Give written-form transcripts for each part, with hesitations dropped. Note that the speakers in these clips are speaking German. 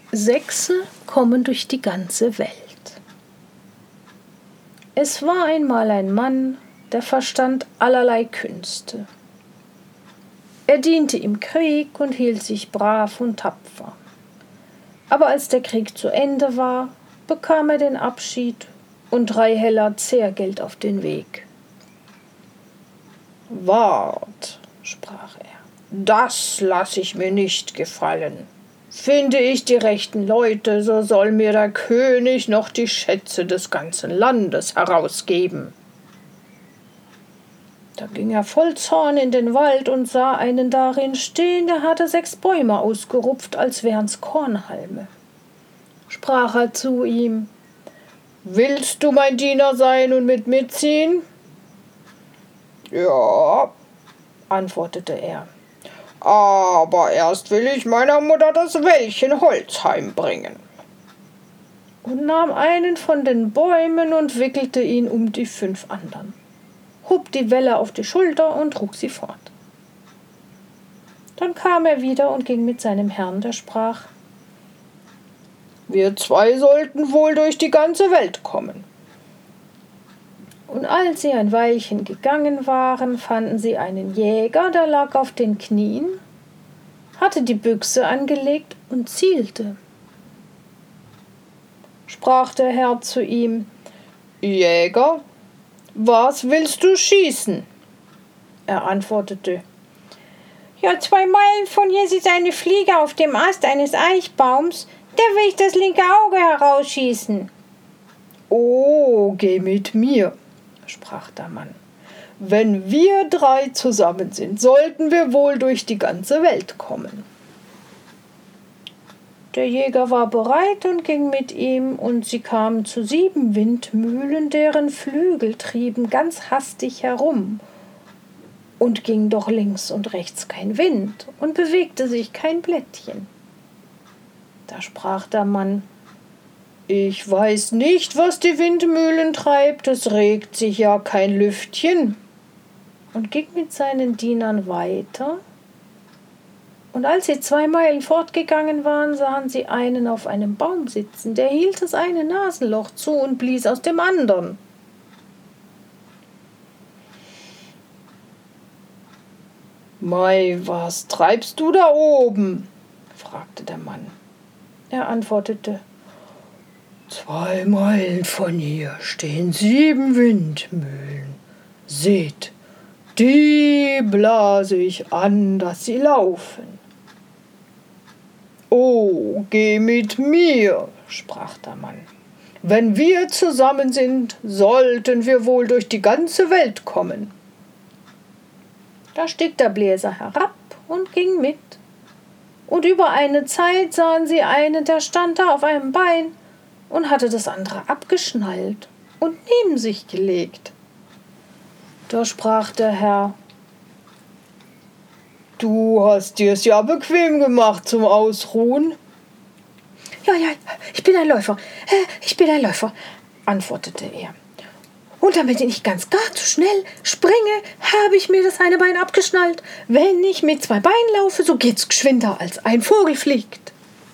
6 kommen durch die ganze Welt. Es war einmal ein Mann, der verstand allerlei Künste. Er diente im Krieg und hielt sich brav und tapfer. Aber als der Krieg zu Ende war, bekam er den Abschied und 3 Heller Zehrgeld auf den Weg. »Wart«, sprach er, »das lass ich mir nicht gefallen. Finde ich die rechten Leute, so soll mir der König noch die Schätze des ganzen Landes herausgeben.« Da ging er voll Zorn in den Wald und sah einen darin stehen, der hatte 6 Bäume ausgerupft, als wären's Kornhalme. Sprach er zu ihm: »Willst du mein Diener sein und mit mir ziehen?« »Ja«, antwortete er, »aber erst will ich meiner Mutter das Wällchen Holz heimbringen.« Und nahm einen von den Bäumen und wickelte ihn um die 5 anderen, hob die Welle auf die Schulter und trug sie fort. Dann kam er wieder und ging mit seinem Herrn, der sprach: »Wir 2 sollten wohl durch die ganze Welt kommen.« Und als sie ein Weilchen gegangen waren, fanden sie einen Jäger, der lag auf den Knien, hatte die Büchse angelegt und zielte. Sprach der Herr zu ihm: »Jäger, was willst du schießen?« Er antwortete: »Ja, 2 Meilen von hier sitzt eine Fliege auf dem Ast eines Eichbaums, der will ich das linke Auge herausschießen.« »Oh, geh mit mir«, sprach der Mann. »Wenn wir 3 zusammen sind, sollten wir wohl durch die ganze Welt kommen.« Der Jäger war bereit und ging mit ihm, und sie kamen zu 7 Windmühlen, deren Flügel trieben ganz hastig herum. Und ging doch links und rechts kein Wind und bewegte sich kein Blättchen. Da sprach der Mann: »Ich weiß nicht, was die Windmühlen treibt, es regt sich ja kein Lüftchen«, und ging mit seinen Dienern weiter. Und als sie 2 Meilen fortgegangen waren, sahen sie einen auf einem Baum sitzen, der hielt das eine Nasenloch zu und blies aus dem anderen. »Mei, was treibst du da oben?«, fragte der Mann. Er antwortete: »2 Meilen von hier stehen 7 Windmühlen. Seht, die blase ich an, dass sie laufen.« »Oh, geh mit mir«, sprach der Mann. »Wenn wir zusammen sind, sollten wir wohl durch die ganze Welt kommen.« Da stieg der Bläser herab und ging mit. Und über eine Zeit sahen sie einen, der stand da auf einem Bein und hatte das andere abgeschnallt und neben sich gelegt. Da sprach der Herr: »Du hast dir's ja bequem gemacht zum Ausruhen.« »Ja, ich bin ein Läufer, antwortete er. »Und damit ich ganz gar zu schnell springe, habe ich mir das eine Bein abgeschnallt. Wenn ich mit 2 Beinen laufe, so geht's geschwinder, als ein Vogel fliegt.«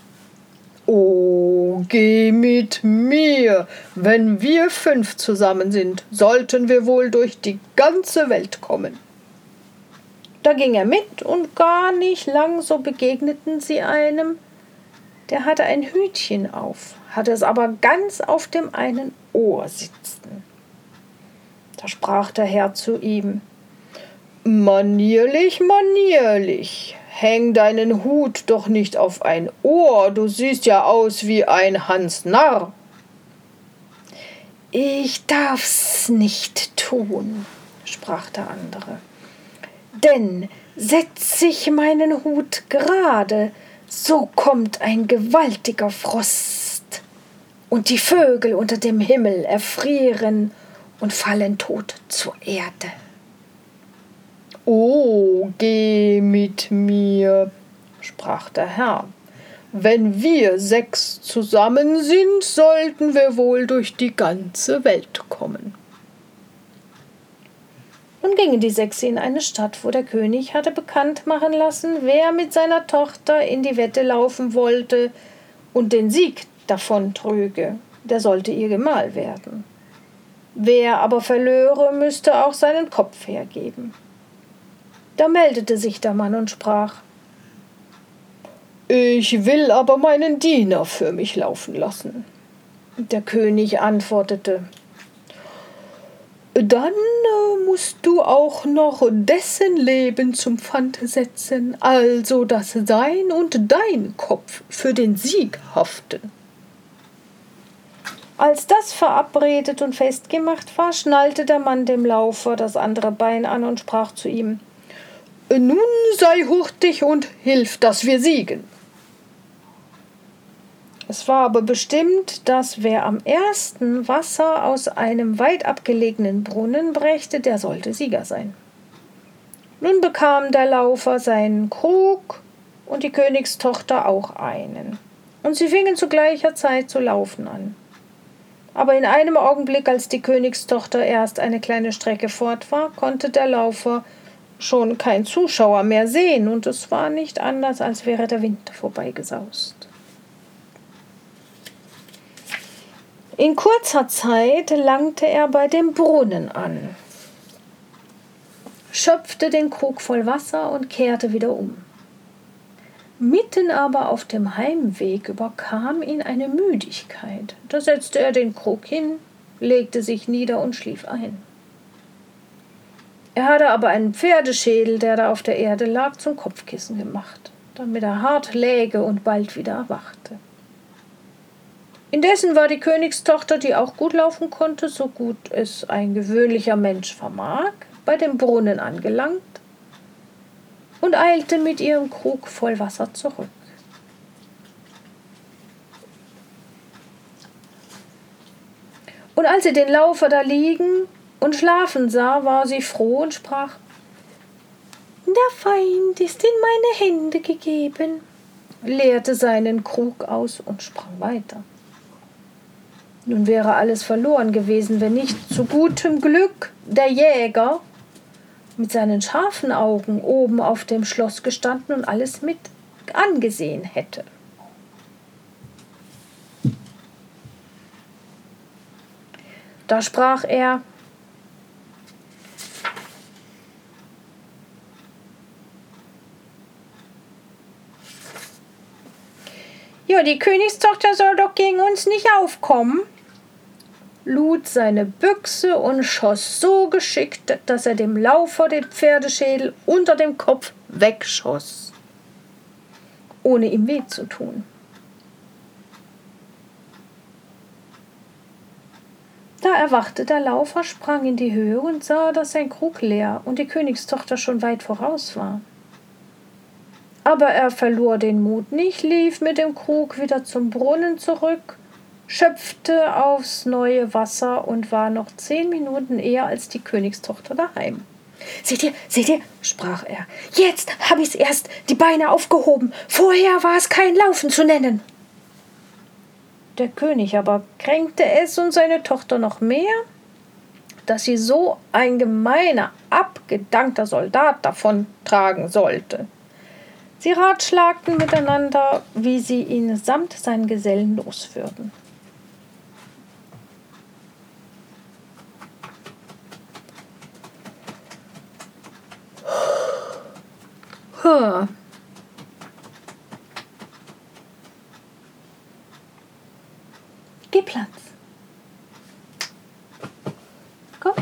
»Oh, geh mit mir. Wenn wir 5 zusammen sind, sollten wir wohl durch die ganze Welt kommen.« Da ging er mit, und gar nicht lang, so begegneten sie einem, der hatte ein Hütchen auf, hatte es aber ganz auf dem einen Ohr sitzen. Da sprach der Herr zu ihm: »Manierlich, häng deinen Hut doch nicht auf ein Ohr, du siehst ja aus wie ein Hans Narr.« »Ich darf's nicht tun«, sprach der andere, »denn setz ich meinen Hut gerade, so kommt ein gewaltiger Frost, und die Vögel unter dem Himmel erfrieren und fallen tot zur Erde.« »Oh, geh mit mir«, sprach der Herr. »Wenn wir 6 zusammen sind, sollten wir wohl durch die ganze Welt kommen.« Nun gingen die 6 in eine Stadt, wo der König hatte bekannt machen lassen, wer mit seiner Tochter in die Wette laufen wollte und den Sieg davon trüge, der sollte ihr Gemahl werden. Wer aber verlöre, müsste auch seinen Kopf hergeben. Da meldete sich der Mann und sprach: »Ich will aber meinen Diener für mich laufen lassen.« Der König antwortete: »Dann musst du auch noch dessen Leben zum Pfand setzen, also dass sein und dein Kopf für den Sieg haften.« Als das verabredet und festgemacht war, schnallte der Mann dem Laufer das andere Bein an und sprach zu ihm: »Nun sei hurtig und hilf, dass wir siegen.« Es war aber bestimmt, dass wer am ersten Wasser aus einem weit abgelegenen Brunnen brächte, der sollte Sieger sein. Nun bekam der Laufer seinen Krug und die Königstochter auch einen, und sie fingen zu gleicher Zeit zu laufen an. Aber in einem Augenblick, als die Königstochter erst eine kleine Strecke fort war, konnte der Laufer schon kein Zuschauer mehr sehen, und es war nicht anders, als wäre der Wind vorbeigesaust. In kurzer Zeit langte er bei dem Brunnen an, schöpfte den Krug voll Wasser und kehrte wieder um. Mitten aber auf dem Heimweg überkam ihn eine Müdigkeit. Da setzte er den Krug hin, legte sich nieder und schlief ein. Er hatte aber einen Pferdeschädel, der da auf der Erde lag, zum Kopfkissen gemacht, damit er hart läge und bald wieder erwachte. Indessen war die Königstochter, die auch gut laufen konnte, so gut es ein gewöhnlicher Mensch vermag, bei dem Brunnen angelangt und eilte mit ihrem Krug voll Wasser zurück. Und als sie den Laufer da liegen und schlafen sah, war sie froh und sprach: »Der Feind ist in meine Hände gegeben«, leerte seinen Krug aus und sprang weiter. Nun wäre alles verloren gewesen, wenn nicht zu gutem Glück der Jäger mit seinen scharfen Augen oben auf dem Schloss gestanden und alles mit angesehen hätte. Da sprach er: »Ja, die Königstochter soll doch gegen uns nicht aufkommen«, lud seine Büchse und schoss so geschickt, dass er dem Laufer den Pferdeschädel unter dem Kopf wegschoss, ohne ihm weh zu tun. Da erwachte der Laufer, sprang in die Höhe und sah, dass sein Krug leer und die Königstochter schon weit voraus war. Aber er verlor den Mut nicht, lief mit dem Krug wieder zum Brunnen zurück, schöpfte aufs neue Wasser und war noch 10 Minuten eher als die Königstochter daheim. Seht ihr«, sprach er, »jetzt hab ich's erst die Beine aufgehoben, vorher war es kein Laufen zu nennen.« Der König aber kränkte es und seine Tochter noch mehr, dass sie so ein gemeiner, abgedankter Soldat davon tragen sollte. Sie ratschlagten miteinander, wie sie ihn samt seinen Gesellen losführten. Geh Platz. Komm.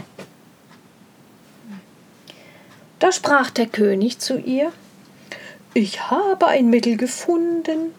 Da sprach der König zu ihr: »Ich habe ein Mittel gefunden.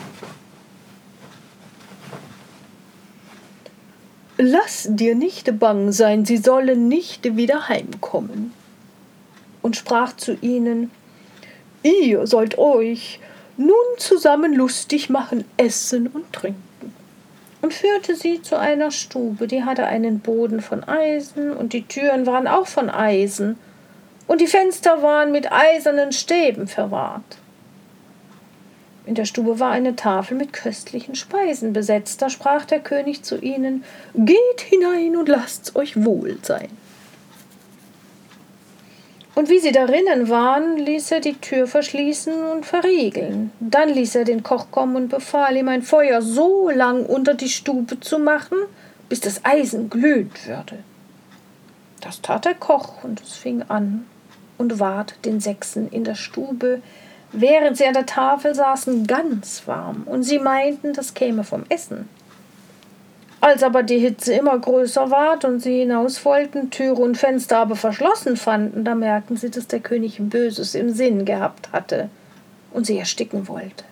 Lass dir nicht bang sein, sie sollen nicht wieder heimkommen.« Und sprach zu ihnen: »Ihr sollt euch nun zusammen lustig machen, essen und trinken.« Und führte sie zu einer Stube, die hatte einen Boden von Eisen, und die Türen waren auch von Eisen, und die Fenster waren mit eisernen Stäben verwahrt. In der Stube war eine Tafel mit köstlichen Speisen besetzt. Da sprach der König zu ihnen: »Geht hinein und lasst's euch wohl sein.« Und wie sie darinnen waren, ließ er die Tür verschließen und verriegeln. Dann ließ er den Koch kommen und befahl ihm, ein Feuer so lang unter die Stube zu machen, bis das Eisen glühend würde. Das tat der Koch, und es fing an und ward den Sechsen in der Stube, während sie an der Tafel saßen, ganz warm, und sie meinten, das käme vom Essen. Als aber die Hitze immer größer ward und sie hinaus wollten, Türe und Fenster aber verschlossen fanden, da merkten sie, dass der König Böses im Sinn gehabt hatte und sie ersticken wollte.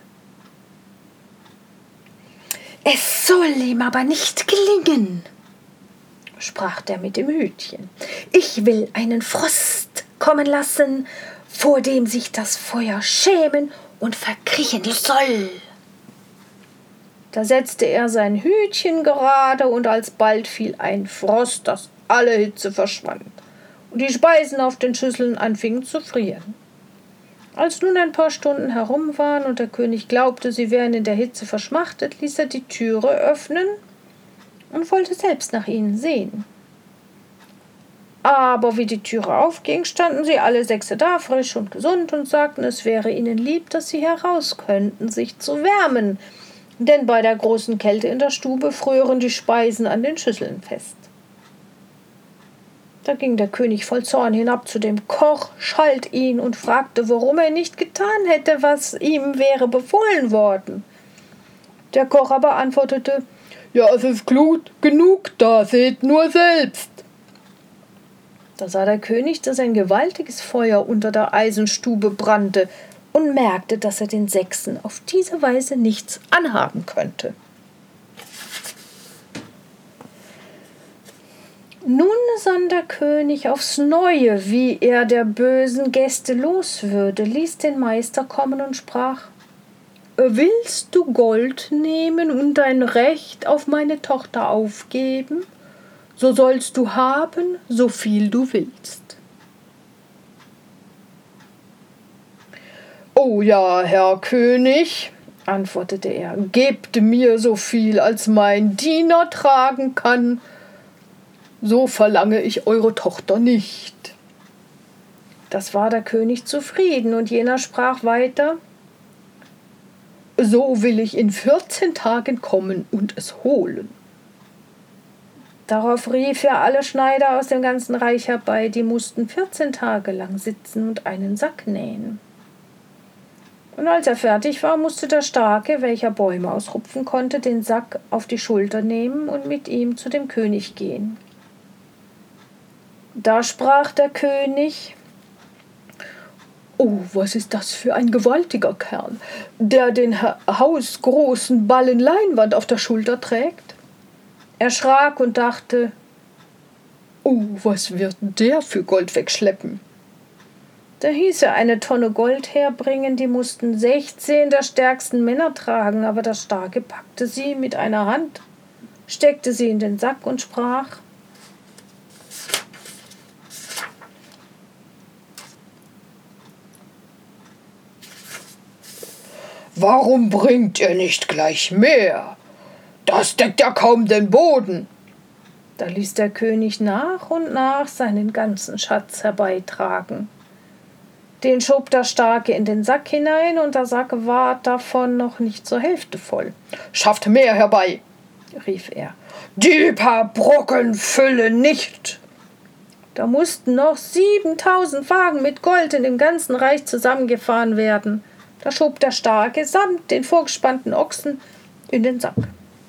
»Es soll ihm aber nicht gelingen«, sprach der mit dem Hütchen. »Ich will einen Frost kommen lassen, vor dem sich das Feuer schämen und verkriechen soll.« Da setzte er sein Hütchen gerade, und alsbald fiel ein Frost, dass alle Hitze verschwand, und die Speisen auf den Schüsseln anfingen zu frieren. Als nun ein paar Stunden herum waren und der König glaubte, sie wären in der Hitze verschmachtet, ließ er die Türe öffnen und wollte selbst nach ihnen sehen. Aber wie die Türe aufging, standen sie alle sechse da, frisch und gesund, und sagten, es wäre ihnen lieb, dass sie heraus könnten, sich zu wärmen, denn bei der großen Kälte in der Stube frören die Speisen an den Schüsseln fest. Da ging der König voll Zorn hinab zu dem Koch, schalt ihn und fragte, warum er nicht getan hätte, was ihm wäre befohlen worden. Der Koch aber antwortete, »Ja, es ist genug da, seht nur selbst.« Da sah der König, dass ein gewaltiges Feuer unter der Eisenstube brannte, und merkte, dass er den Sechsen auf diese Weise nichts anhaben könnte. Nun sann der König aufs Neue, wie er der bösen Gäste los würde, ließ den Meister kommen und sprach, »Willst du Gold nehmen und dein Recht auf meine Tochter aufgeben? So sollst du haben, so viel du willst.« »Oh ja, Herr König«, antwortete er, »gebt mir so viel, als mein Diener tragen kann, so verlange ich eure Tochter nicht.« Das war der König zufrieden, und jener sprach weiter, »So will ich in 14 Tagen kommen und es holen.« Darauf rief er alle Schneider aus dem ganzen Reich herbei, die mussten 14 Tage lang sitzen und einen Sack nähen. Und als er fertig war, musste der Starke, welcher Bäume ausrupfen konnte, den Sack auf die Schulter nehmen und mit ihm zu dem König gehen. Da sprach der König, »Oh, was ist das für ein gewaltiger Kerl, der den hausgroßen Ballen Leinwand auf der Schulter trägt?« Er schrak und dachte, »Oh, was wird der für Gold wegschleppen?« Da hieß er eine Tonne Gold herbringen, die mussten 16 der stärksten Männer tragen, aber der Starke packte sie mit einer Hand, steckte sie in den Sack und sprach, »Warum bringt ihr nicht gleich mehr? Das deckt ja kaum den Boden.« Da ließ der König nach und nach seinen ganzen Schatz herbeitragen. Den schob der Starke in den Sack hinein, und der Sack war davon noch nicht zur Hälfte voll. »Schafft mehr herbei«, rief er, »die paar Brocken füllen nicht.« Da mussten noch 7000 Wagen mit Gold in dem ganzen Reich zusammengefahren werden. Da schob der Starke samt den vorgespannten Ochsen in den Sack.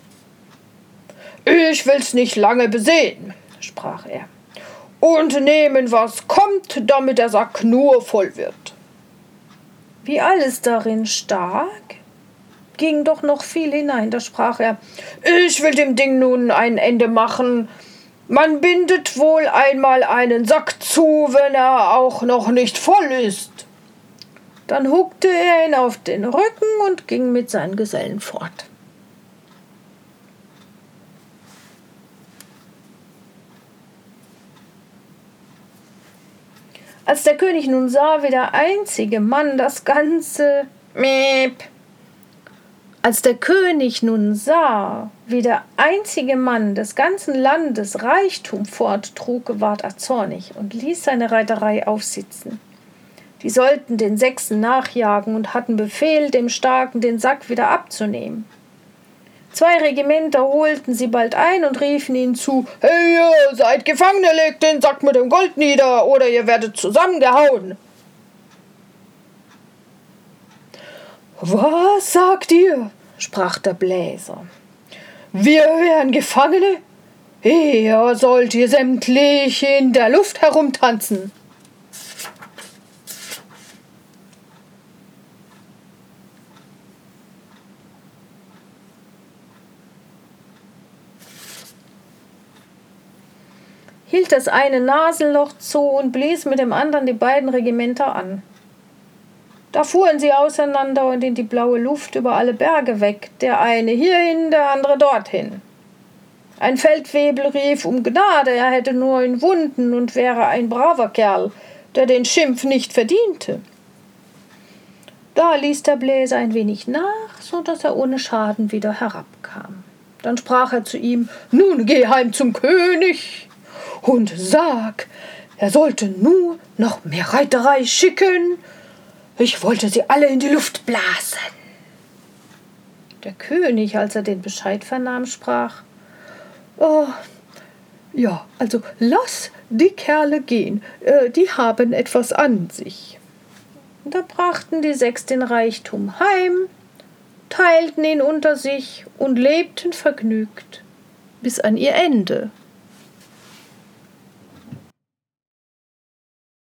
»Ich will's nicht lange besehen«, sprach er, »und nehmen, was kommt, damit der Sack nur voll wird.« Wie alles darin stak, ging doch noch viel hinein. Da sprach er, »Ich will dem Ding nun ein Ende machen. Man bindet wohl einmal einen Sack zu, wenn er auch noch nicht voll ist.« Dann huckte er ihn auf den Rücken und ging mit seinen Gesellen fort. Als der König nun sah, wie der einzige Mann das ganze Als der König nun sah, wie der einzige Mann des ganzen Landes Reichtum forttrug, ward er zornig und ließ seine Reiterei aufsitzen. Die sollten den Sechsen nachjagen und hatten Befehl, dem Starken den Sack wieder abzunehmen. 2 Regimenter holten sie bald ein und riefen ihnen zu: »Hey, ihr seid Gefangene, legt den Sack mit dem Gold nieder, oder ihr werdet zusammengehauen!« »Was sagt ihr?« sprach der Bläser. »Wir wären Gefangene? Eher sollt ihr sämtlich in der Luft herumtanzen.« Hielt das eine Nasenloch zu und blies mit dem anderen die beiden Regimenter an. Da fuhren sie auseinander und in die blaue Luft über alle Berge weg, der eine hierhin, der andere dorthin. Ein Feldwebel rief um Gnade, er hätte nur in Wunden und wäre ein braver Kerl, der den Schimpf nicht verdiente. Da ließ der Bläser ein wenig nach, so dass er ohne Schaden wieder herabkam. Dann sprach er zu ihm: »Nun geh heim zum König und sag, er sollte nur noch mehr Reiterei schicken. Ich wollte sie alle in die Luft blasen.« Der König, als er den Bescheid vernahm, sprach: »Oh, ja, also lass die Kerle gehen, die haben etwas an sich.« Und da brachten die 6 den Reichtum heim, teilten ihn unter sich und lebten vergnügt bis an ihr Ende.